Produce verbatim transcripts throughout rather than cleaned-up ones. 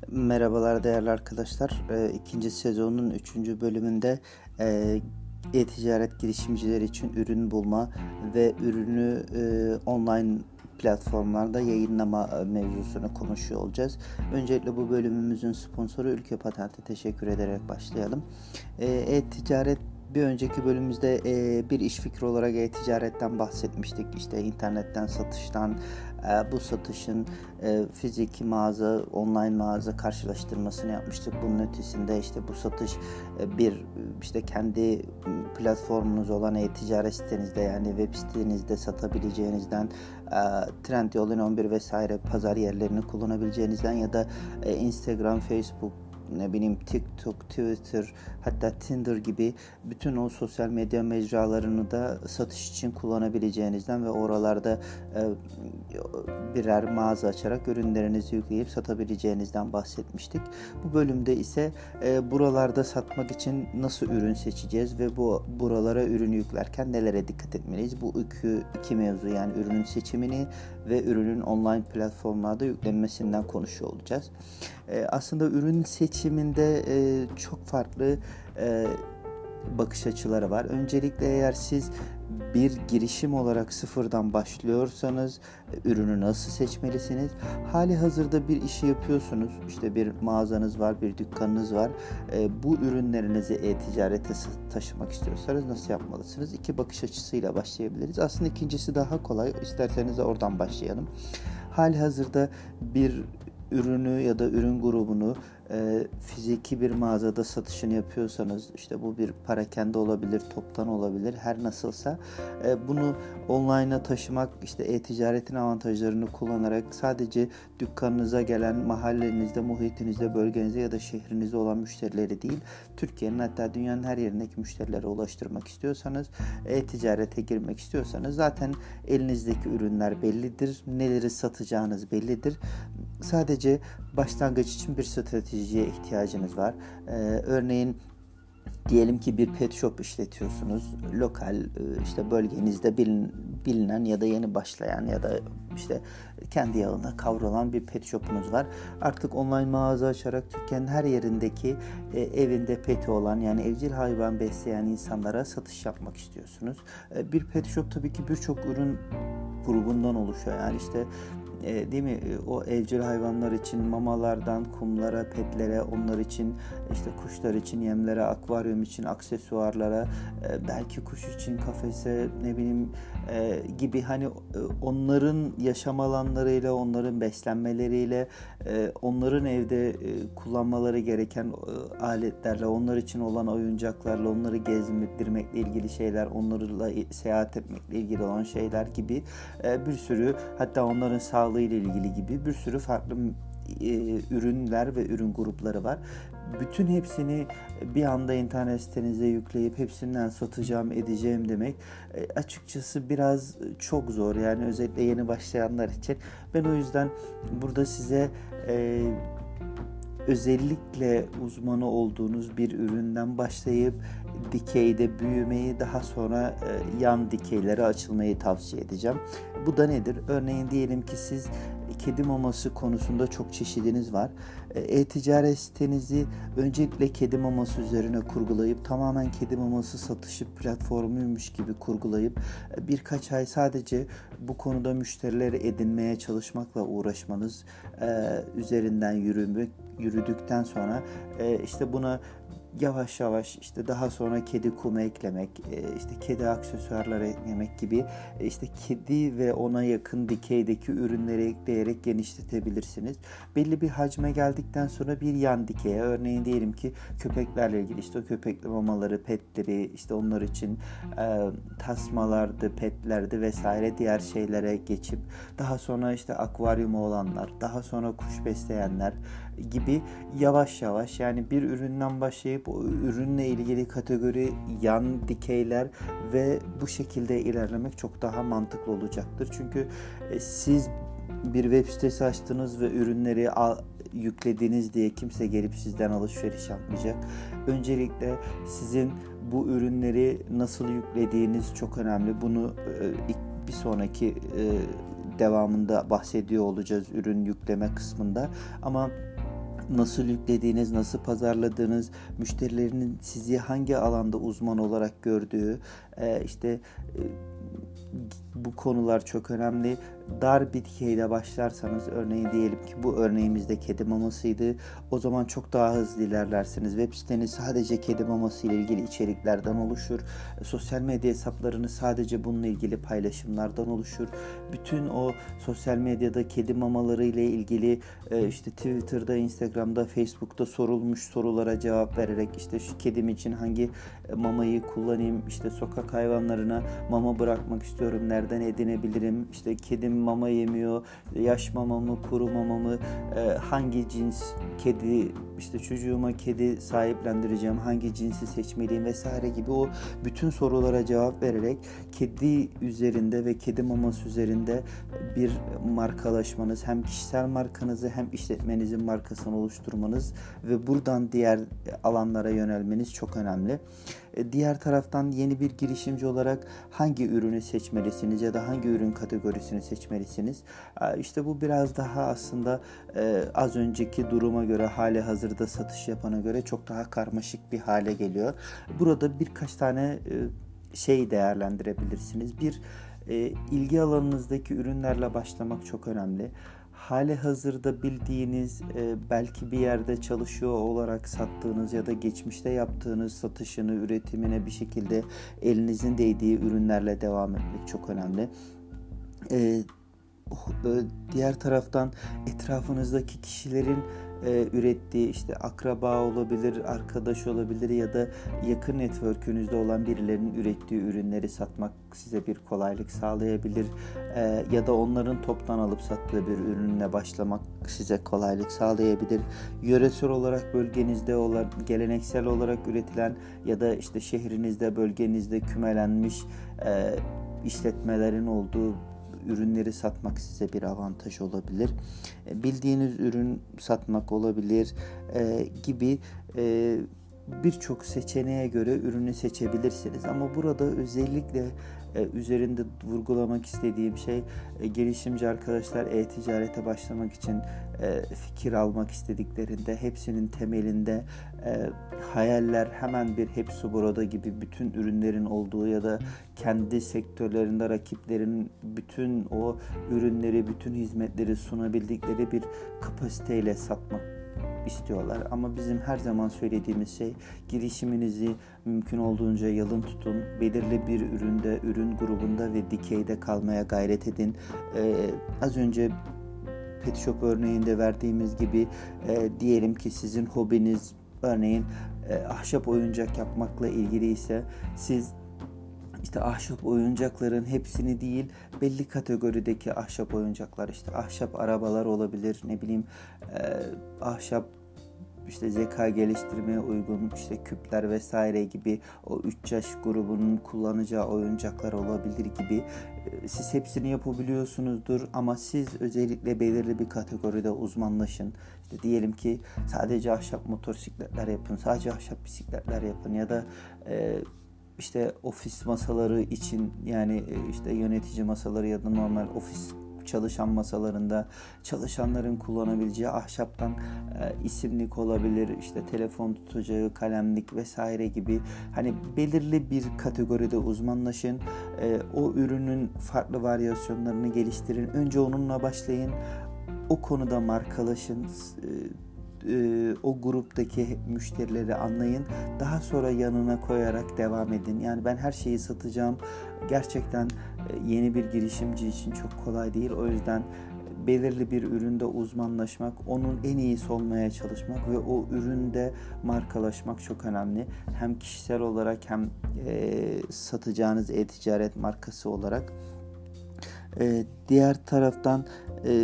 Merhabalar değerli arkadaşlar. Ee, ikinci sezonun üçüncü bölümünde e, e-ticaret girişimcileri için ürün bulma ve ürünü e, online platformlarda yayınlama e, mevzusunu konuşuyor olacağız. Öncelikle bu bölümümüzün sponsoru Ülke Patent'e teşekkür ederek başlayalım. E, E-ticaret Bir önceki bölümümüzde e, bir iş fikri olarak e-ticaretten bahsetmiştik. İşte internetten satıştan, e, bu satışın e, fiziki mağaza, online mağaza karşılaştırmasını yapmıştık. Bunun ötesinde işte bu satış e, bir işte kendi platformunuz olan e-ticaret sitenizde, yani web sitenizde satabileceğinizden, e, Trendyol, on bir vesaire pazar yerlerini kullanabileceğinizden ya da e, Instagram, Facebook, ne bileyim TikTok, Twitter, hatta Tinder gibi bütün o sosyal medya mecralarını da satış için kullanabileceğinizden ve oralarda e, birer mağaza açarak ürünlerinizi yükleyip satabileceğinizden bahsetmiştik. Bu bölümde ise e, buralarda satmak için nasıl ürün seçeceğiz ve bu buralara ürün yüklerken nelere dikkat etmeliyiz? Bu iki, iki mevzu, yani ürünün seçimini ve ürünün online platformlarda yüklenmesinden konuşuyor olacağız. E, aslında ürün seçiminde e, çok farklı e, bakış açıları var. Öncelikle eğer siz bir girişim olarak sıfırdan başlıyorsanız ürünü nasıl seçmelisiniz? Hali hazırda bir işi yapıyorsunuz. İşte bir mağazanız var, bir dükkanınız var. E, bu ürünlerinizi e-ticarete taşımak istiyorsanız nasıl yapmalısınız? İki bakış açısıyla başlayabiliriz. Aslında ikincisi daha kolay. İsterseniz de oradan başlayalım. Hali hazırda bir ürünü ya da ürün grubunu e, fiziki bir mağazada satışını yapıyorsanız, işte bu bir parakende olabilir, toptan olabilir, her nasılsa e, bunu online'a taşımak, işte e-ticaretin avantajlarını kullanarak sadece dükkanınıza gelen mahallenizde, muhitinizde, bölgenizde ya da şehrinizde olan müşterileri değil, Türkiye'nin hatta dünyanın her yerindeki müşterilere ulaştırmak istiyorsanız, e-ticarete girmek istiyorsanız zaten elinizdeki ürünler bellidir, neleri satacağınız bellidir. Sadece başlangıç için bir stratejiye ihtiyacınız var. Ee, örneğin diyelim ki bir pet shop işletiyorsunuz. Lokal işte bölgenizde bilin, bilinen ya da yeni başlayan ya da işte kendi yağına kavrulan bir pet shop'unuz var. Artık online mağaza açarak Türkiye'nin her yerindeki e, evinde peti olan, yani evcil hayvan besleyen insanlara satış yapmak istiyorsunuz. E, bir pet shop tabii ki birçok ürün grubundan oluşuyor. Yani işte E, değil mi? E, o evcil hayvanlar için mamalardan kumlara, petlere, onlar için işte kuşlar için yemlere, akvaryum için aksesuarlara, e, belki kuş için kafese, ne bileyim e, gibi, hani e, onların yaşam alanlarıyla, onların beslenmeleriyle, e, onların evde e, kullanmaları gereken e, aletlerle, onlar için olan oyuncaklarla, onları gezdirmekle ilgili şeyler, onlarla seyahat etmekle ilgili olan şeyler gibi e, bir sürü, hatta onların sağlığı ile ilgili gibi bir sürü farklı e, ürünler ve ürün grupları var. Bütün hepsini bir anda internet sitenize yükleyip hepsinden satacağım, edeceğim demek e, açıkçası biraz çok zor. Yani özellikle yeni başlayanlar için. Ben o yüzden burada size e, özellikle uzmanı olduğunuz bir üründen başlayıp dikeyde büyümeyi, daha sonra e, yan dikeylere açılmayı tavsiye edeceğim. Bu da nedir? Örneğin diyelim ki siz kedi maması konusunda çok çeşidiniz var. E-ticaret sitenizi öncelikle kedi maması üzerine kurgulayıp, tamamen kedi maması satışı platformuymuş gibi kurgulayıp birkaç ay sadece bu konuda müşterileri edinmeye çalışmakla uğraşmanız e, üzerinden yürümek, yürüdükten sonra e, işte buna yavaş yavaş işte daha sonra kedi kumu eklemek, işte kedi aksesuarları eklemek gibi, işte kedi ve ona yakın dikeydeki ürünleri ekleyerek genişletebilirsiniz. Belli bir hacme geldikten sonra bir yan dikeye, örneğin diyelim ki köpeklerle ilgili işte o köpekli mamaları, petleri, işte onlar için e, tasmalardı, petlerdi vesaire diğer şeylere geçip, daha sonra işte akvaryumu olanlar, daha sonra kuş besleyenler gibi yavaş yavaş, yani bir üründen başlayıp o ürünle ilgili kategori, yan dikeyler ve bu şekilde ilerlemek çok daha mantıklı olacaktır. Çünkü siz bir web sitesi açtınız ve ürünleri al, yüklediniz diye kimse gelip sizden alışveriş yapmayacak. Öncelikle sizin bu ürünleri nasıl yüklediğiniz çok önemli. Bunu bir sonraki devamında bahsediyor olacağız ürün yükleme kısmında. Ama nasıl yüklediğiniz, nasıl pazarladığınız, müşterilerinin sizi hangi alanda uzman olarak gördüğü, e, işte e, bu konular çok önemli. Dar bir dikeyde başlarsanız, örneğin diyelim ki bu örneğimizde kedi mamasıydı. O zaman çok daha hızlı ilerlersiniz. Web siteniz sadece kedi maması ile ilgili içeriklerden oluşur. Sosyal medya hesaplarınız sadece bununla ilgili paylaşımlardan oluşur. Bütün o sosyal medyada kedi mamaları ile ilgili işte Twitter'da, Instagram'da, Facebook'ta sorulmuş sorulara cevap vererek, işte şu kedim için hangi mamayı kullanayım, işte sokak hayvanlarına mama bırakmak istiyorum, nereden edinebilirim, işte kedim mama yemiyor, yaş mama mı, kuru mama mı, e, hangi cins kedi, işte çocuğuma kedi sahiplendireceğim, hangi cinsi seçmeliyim vesaire gibi o bütün sorulara cevap vererek kedi üzerinde ve kedi maması üzerinde bir markalaşmanız, hem kişisel markanızı hem işletmenizin markasını oluşturmanız ve buradan diğer alanlara yönelmeniz çok önemli. Diğer taraftan yeni bir girişimci olarak hangi ürünü seçmelisiniz ya da hangi ürün kategorisini seçmelisiniz? İşte bu biraz daha aslında az önceki duruma göre, hali hazırda satış yapana göre çok daha karmaşık bir hale geliyor. Burada birkaç tane şey değerlendirebilirsiniz. Bir, ilgi alanınızdaki ürünlerle başlamak çok önemli. Hali hazırda bildiğiniz, belki bir yerde çalışıyor olarak sattığınız ya da geçmişte yaptığınız satışını, üretimine bir şekilde elinizin değdiği ürünlerle devam etmek çok önemli. Diğer taraftan etrafınızdaki kişilerin e, ürettiği, işte akraba olabilir, arkadaş olabilir ya da yakın network'ünüzde olan birilerinin ürettiği ürünleri satmak size bir kolaylık sağlayabilir. E, ya da onların toptan alıp sattığı bir ürünle başlamak size kolaylık sağlayabilir. Yöresel olarak bölgenizde olan, geleneksel olarak üretilen ya da işte şehrinizde, bölgenizde kümelenmiş e, işletmelerin olduğu ürünleri satmak size bir avantaj olabilir. Bildiğiniz ürün satmak olabilir e, gibi e, birçok seçeneğe göre ürünü seçebilirsiniz. Ama burada özellikle e, üzerinde vurgulamak istediğim şey, e, girişimci arkadaşlar e-ticarete başlamak için e, fikir almak istediklerinde hepsinin temelinde e, hayaller, hemen bir hepsi burada gibi bütün ürünlerin olduğu ya da kendi sektörlerinde rakiplerin bütün o ürünleri, bütün hizmetleri sunabildikleri bir kapasiteyle satmak istiyorlar. Ama bizim her zaman söylediğimiz şey, girişiminizi mümkün olduğunca yalın tutun. Belirli bir üründe, ürün grubunda ve dikeyde kalmaya gayret edin. Ee, az önce Pet Shop örneğinde verdiğimiz gibi e, diyelim ki sizin hobiniz örneğin e, ahşap oyuncak yapmakla ilgili ise siz İşte ahşap oyuncakların hepsini değil, belli kategorideki ahşap oyuncaklar, işte ahşap arabalar olabilir, ne bileyim e, ahşap işte zeka geliştirmeye uygun işte küpler vesaire gibi o üç yaş grubunun kullanacağı oyuncaklar olabilir gibi. Siz hepsini yapabiliyorsunuzdur ama siz özellikle belirli bir kategoride uzmanlaşın. İşte diyelim ki sadece ahşap motosikletler yapın, sadece ahşap bisikletler yapın ya da e, işte ofis masaları için, yani işte yönetici masaları ya da normal ofis çalışan masalarında çalışanların kullanabileceği ahşaptan e, isimlik olabilir, işte telefon tutacağı kalemlik vesaire gibi, hani belirli bir kategoride uzmanlaşın. E, o ürünün farklı varyasyonlarını geliştirin. Önce onunla başlayın. O konuda markalaşın. E, e, o gruptaki müşterileri anlayın. Daha sonra yanına koyarak devam edin. Yani ben her şeyi satacağım, gerçekten yeni bir girişimci için çok kolay değil. O yüzden belirli bir üründe uzmanlaşmak, onun en iyisi olmaya çalışmak ve o üründe markalaşmak çok önemli. Hem kişisel olarak hem e, satacağınız e-ticaret markası olarak. E, diğer taraftan e,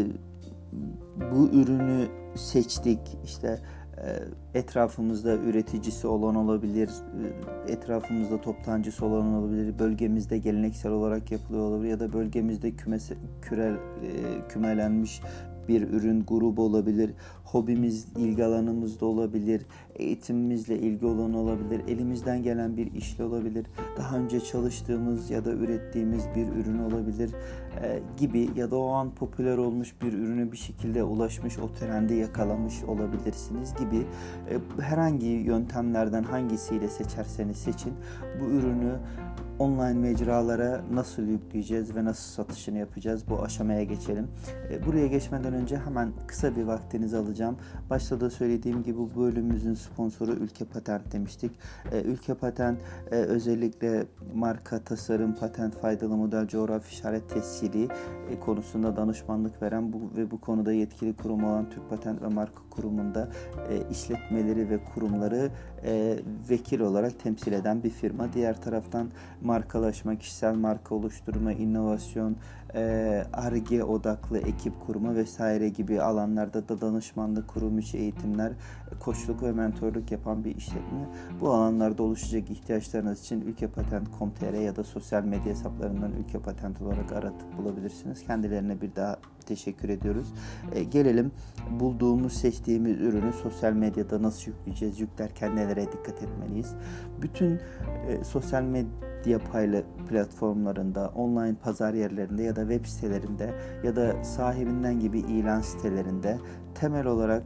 bu ürünü seçtik, işte etrafımızda üreticisi olan olabilir, etrafımızda toptancısı olan olabilir, bölgemizde geleneksel olarak yapılıyor olabilir ya da bölgemizde kümese, küre, kümelenmiş bir ürün grubu olabilir, hobimiz, ilgi alanımızda olabilir, eğitimimizle ilgi olan olabilir, elimizden gelen bir işle olabilir, daha önce çalıştığımız ya da ürettiğimiz bir ürün olabilir. e, gibi ya da o an popüler olmuş bir ürünü bir şekilde ulaşmış, o trendi yakalamış olabilirsiniz gibi e, herhangi yöntemlerden hangisiyle seçerseniz seçin bu ürünü online mecralara nasıl yükleyeceğiz ve nasıl satışını yapacağız? Bu aşamaya geçelim. Buraya geçmeden önce hemen kısa bir vaktinizi alacağım. Başta da söylediğim gibi bu bölümümüzün sponsoru Ülke Patent demiştik. Ülke Patent özellikle marka, tasarım, patent, faydalı model, coğrafi işaret tescili konusunda danışmanlık veren bu ve bu konuda yetkili kurum olan Türk Patent ve Marka Kurumu'nda işletmeleri ve kurumları vekil olarak temsil eden bir firma. Diğer taraftan markalaşma, kişisel marka oluşturma, inovasyon, Ar-Ge odaklı ekip kurma vesaire gibi alanlarda da danışmanlık, kurum içi eğitimler, koçluk ve mentorluk yapan bir işletme. Bu alanlarda oluşacak ihtiyaçlarınız için ülkepatent nokta com nokta tr ya da sosyal medya hesaplarından Ülke Patent olarak aratıp bulabilirsiniz. Kendilerine bir daha teşekkür ediyoruz. E, gelelim bulduğumuz, seçtiğimiz ürünü sosyal medyada nasıl yükleyeceğiz? Yüklerken nelere dikkat etmeliyiz? Bütün e, sosyal medya payla platformlarında, online pazar yerlerinde ya da web sitelerinde ya da sahibinden gibi ilan sitelerinde temel olarak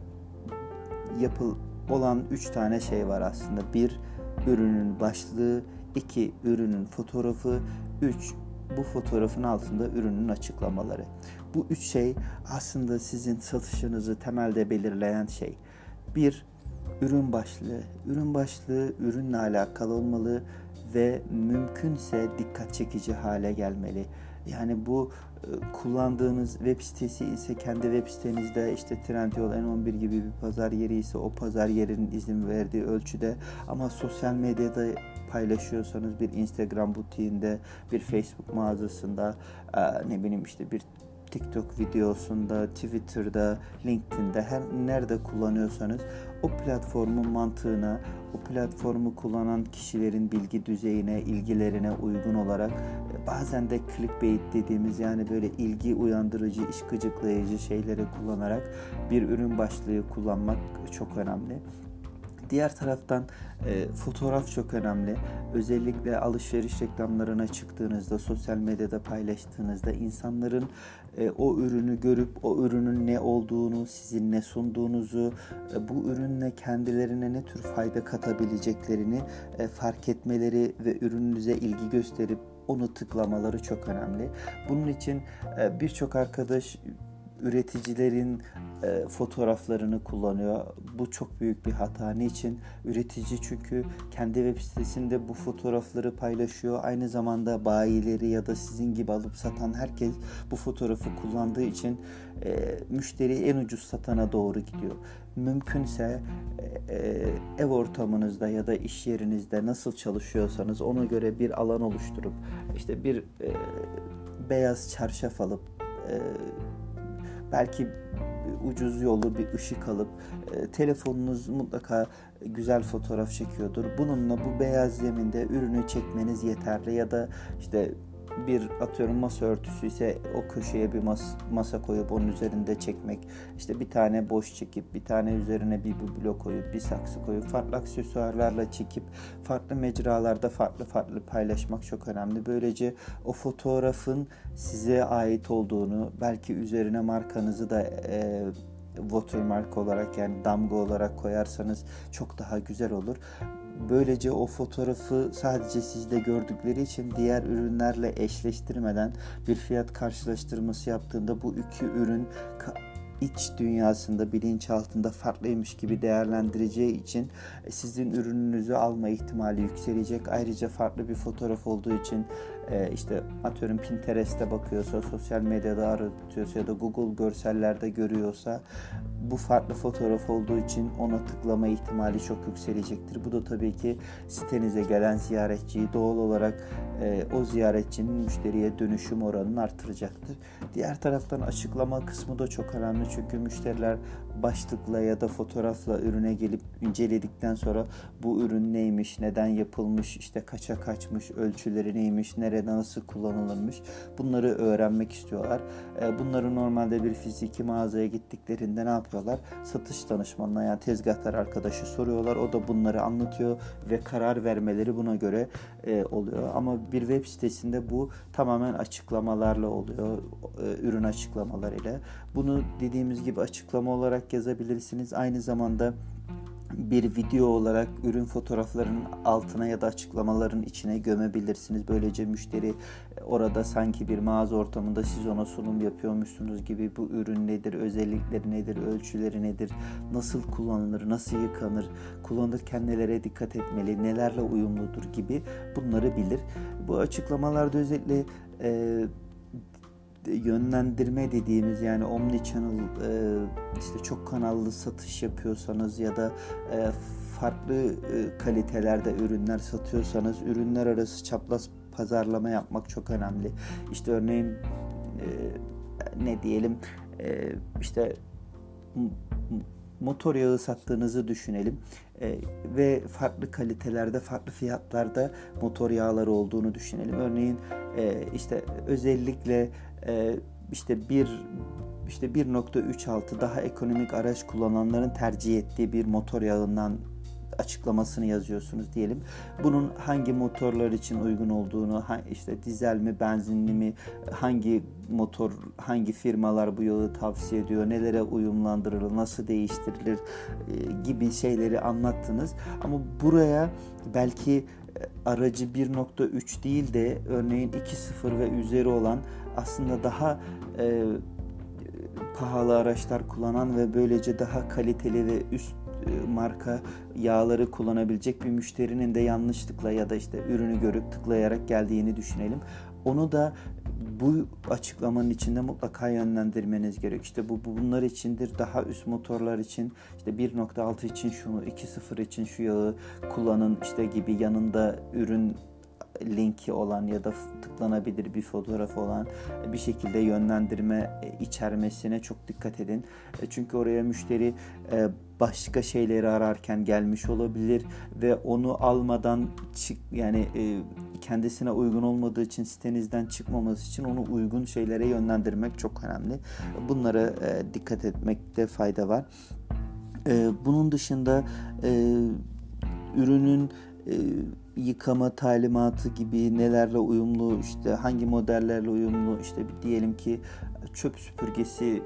yapıl olan üç tane şey var aslında. Bir, ürünün başlığı. iki ürünün fotoğrafı. üç bu fotoğrafın altında ürünün açıklamaları. Bu üç şey aslında sizin satışınızı temelde belirleyen şey. bir ürün başlığı. Ürün başlığı ürünle alakalı olmalı ve mümkünse dikkat çekici hale gelmeli. Yani bu kullandığınız web sitesi ise kendi web sitenizde işte Trendyol, N on bir gibi bir pazar yeri ise o pazar yerinin izin verdiği ölçüde, ama sosyal medyada paylaşıyorsanız bir Instagram butiğinde, bir Facebook mağazasında, ne bileyim işte bir TikTok videosunda, Twitter'da, LinkedIn'de, her nerede kullanıyorsanız o platformun mantığına, o platformu kullanan kişilerin bilgi düzeyine, ilgilerine uygun olarak, bazen de clickbait dediğimiz, yani böyle ilgi uyandırıcı, iş gıcıklayıcı şeyleri kullanarak bir ürün başlığı kullanmak çok önemli. Diğer taraftan e, fotoğraf çok önemli. Özellikle alışveriş reklamlarına çıktığınızda, sosyal medyada paylaştığınızda insanların e, o ürünü görüp o ürünün ne olduğunu, sizin ne sunduğunuzu, e, bu ürünle kendilerine ne tür fayda katabileceklerini e, fark etmeleri ve ürününüze ilgi gösterip onu tıklamaları çok önemli. Bunun için e, birçok arkadaş üreticilerin e, fotoğraflarını kullanıyor. Bu çok büyük bir hata. Niçin? Üretici çünkü kendi web sitesinde bu fotoğrafları paylaşıyor. Aynı zamanda bayileri ya da sizin gibi alıp satan herkes bu fotoğrafı kullandığı için e, müşteri en ucuz satana doğru gidiyor. Mümkünse e, ev ortamınızda ya da iş yerinizde nasıl çalışıyorsanız ona göre bir alan oluşturup işte bir e, beyaz çarşaf alıp e, belki ucuz yolu bir ışık alıp e, telefonunuz mutlaka güzel fotoğraf çekiyordur. Bununla bu beyaz zeminde ürünü çekmeniz yeterli, ya da işte bir atıyorum masa örtüsü ise o köşeye bir mas- masa koyup onun üzerinde çekmek, işte bir tane boş çekip bir tane üzerine bir blok koyup bir saksı koyup farklı aksesuarlarla çekip farklı mecralarda farklı farklı paylaşmak çok önemli. Böylece o fotoğrafın size ait olduğunu, belki üzerine markanızı da e, watermark olarak, yani damga olarak koyarsanız çok daha güzel olur. Böylece o fotoğrafı sadece sizde gördükleri için diğer ürünlerle eşleştirmeden bir fiyat karşılaştırması yaptığında bu iki ürün iç dünyasında, bilinçaltında farklıymış gibi değerlendireceği için sizin ürününüzü alma ihtimali yükselecek. Ayrıca farklı bir fotoğraf olduğu için işte atıyorum Pinterest'te bakıyorsa, sosyal medyada aratıyorsa ya da Google görsellerde görüyorsa, bu farklı fotoğraf olduğu için ona tıklama ihtimali çok yükselecektir. Bu da tabii ki sitenize gelen ziyaretçiyi doğal olarak e, o ziyaretçinin müşteriye dönüşüm oranını artıracaktır. Diğer taraftan açıklama kısmı da çok önemli, çünkü müşteriler başlıkla ya da fotoğrafla ürüne gelip inceledikten sonra bu ürün neymiş, neden yapılmış, işte kaça kaçmış, ölçüleri neymiş, nerede nerede nasıl kullanılırmış bunları öğrenmek istiyorlar. E, bunları normalde bir fiziki mağazaya gittiklerinde ne yapıyorlar? Satış danışmanına yani tezgahtar arkadaşı soruyorlar. O da bunları anlatıyor ve karar vermeleri buna göre e, oluyor. Ama bir web sitesinde bu tamamen açıklamalarla oluyor. E, ürün açıklamalarıyla. Bunu dediğimiz gibi açıklama olarak yazabilirsiniz. Aynı zamanda bir video olarak ürün fotoğraflarının altına ya da açıklamaların içine gömebilirsiniz. Böylece müşteri orada sanki bir mağaza ortamında siz ona sunum yapıyormuşsunuz gibi bu ürün nedir, özellikleri nedir, ölçüleri nedir, nasıl kullanılır, nasıl yıkanır, kullanırken nelere dikkat etmeli, nelerle uyumludur gibi bunları bilir. Bu açıklamalarda özellikle e, yönlendirme dediğimiz yani omnichannel e, işte çok kanallı satış yapıyorsanız ya da e, farklı e, kalitelerde ürünler satıyorsanız ürünler arası çapraz pazarlama yapmak çok önemli. İşte örneğin e, ne diyelim e, işte motor yağı sattığınızı düşünelim e, ve farklı kalitelerde, farklı fiyatlarda motor yağları olduğunu düşünelim. Örneğin e, işte özellikle e, işte bir işte bir nokta üç altı daha ekonomik araç kullananların tercih ettiği bir motor yağından açıklamasını yazıyorsunuz diyelim. Bunun hangi motorlar için uygun olduğunu, işte dizel mi, benzinli mi, hangi motor, hangi firmalar bu yağı tavsiye ediyor, nelere uyumlandırılır, nasıl değiştirilir gibi şeyleri anlattınız. Ama buraya belki aracı bir nokta üç değil de örneğin iki nokta sıfır ve üzeri olan aslında daha e, pahalı araçlar kullanan ve böylece daha kaliteli ve üst marka yağları kullanabilecek bir müşterinin de yanlışlıkla ya da işte ürünü görüp tıklayarak geldiğini düşünelim. Onu da bu açıklamanın içinde mutlaka yönlendirmeniz gerek. İşte bu bunlar içindir. Daha üst motorlar için işte bir nokta altı için şunu, iki nokta sıfır için şu yağı kullanın işte gibi yanında ürün linki olan ya da tıklanabilir bir fotoğraf olan bir şekilde yönlendirme içermesine çok dikkat edin. Çünkü oraya müşteri başka şeyleri ararken gelmiş olabilir ve onu almadan çık yani kendisine uygun olmadığı için sitenizden çıkmaması için onu uygun şeylere yönlendirmek çok önemli. Bunlara dikkat etmekte fayda var. Bunun dışında ürünün yıkama talimatı gibi nelerle uyumlu, işte hangi modellerle uyumlu, işte diyelim ki çöp süpürgesi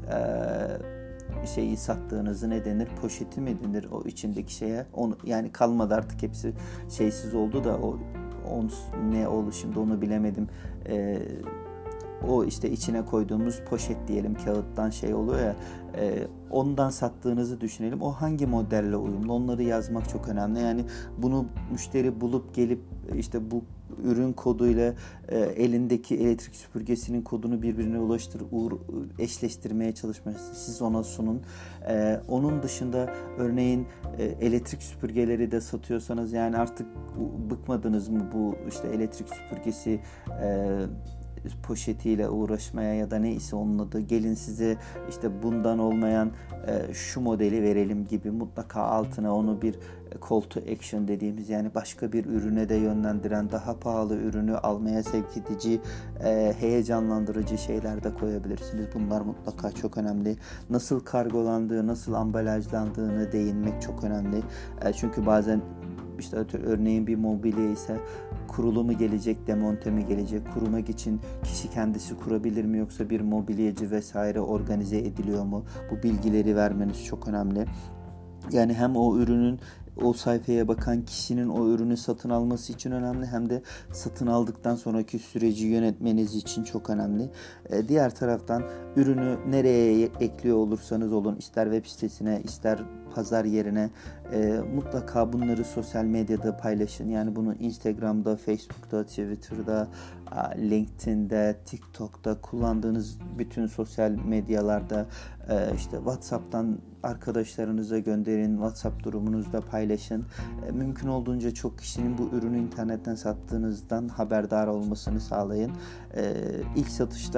e, şeyi sattığınızı ne denir, poşeti mi denir o içindeki şeye, onu yani kalmadı artık, hepsi şeysiz oldu da o on, ne oldu şimdi onu bilemedim. E, o işte içine koyduğumuz poşet diyelim, kağıttan şey oluyor ya, e, ondan sattığınızı düşünelim. O hangi modelle uyumlu, onları yazmak çok önemli. Yani bunu müşteri bulup gelip işte bu ürün koduyla e, elindeki elektrik süpürgesinin kodunu birbirine ulaştır, uğur, eşleştirmeye çalışması, siz ona sunun. E, onun dışında örneğin e, elektrik süpürgeleri de satıyorsanız, yani artık bıkmadınız mı bu işte elektrik süpürgesi e, poşetiyle uğraşmaya ya da neyse onun adı, gelin size işte bundan olmayan e, şu modeli verelim gibi mutlaka altına onu bir call to action dediğimiz, yani başka bir ürüne de yönlendiren, daha pahalı ürünü almaya sevk edici, e, heyecanlandırıcı şeyler de koyabilirsiniz. Bunlar mutlaka çok önemli. Nasıl kargolandığı, nasıl ambalajlandığını değinmek çok önemli. E, çünkü bazen İşte örneğin bir mobilya ise kurulu mu gelecek, demonte mi gelecek, kurmak için kişi kendisi kurabilir mi yoksa bir mobilyacı vesaire organize ediliyor mu? Bu bilgileri vermeniz çok önemli. Yani hem o ürünün, o sayfaya bakan kişinin o ürünü satın alması için önemli, hem de satın aldıktan sonraki süreci yönetmeniz için çok önemli. Ee, diğer taraftan ürünü nereye ekliyor olursanız olun, ister web sitesine, ister pazar yerine, e, mutlaka bunları sosyal medyada paylaşın. Yani bunu Instagram'da, Facebook'ta, Twitter'da, LinkedIn'de, TikTok'ta, kullandığınız bütün sosyal medyalarda, e, işte WhatsApp'tan arkadaşlarınıza gönderin, WhatsApp durumunuzda paylaşın. E, mümkün olduğunca çok kişinin bu ürünü internetten sattığınızdan haberdar olmasını sağlayın. E, ilk satışlar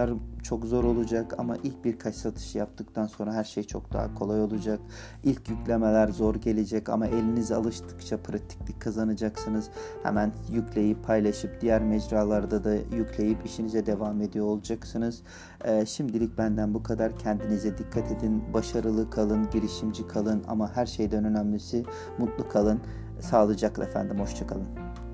çok zor olacak ama ilk birkaç satışı yaptıktan sonra her şey çok daha kolay olacak. İlk yüklemeler zor gelecek ama elinize alıştıkça pratiklik kazanacaksınız. Hemen yükleyip paylaşıp diğer mecralarda da yükleyip işinize devam ediyor olacaksınız. Ee, şimdilik benden bu kadar. Kendinize dikkat edin. Başarılı kalın, girişimci kalın ama her şeyden önemlisi mutlu kalın. Sağlıcakla efendim. Hoşça kalın.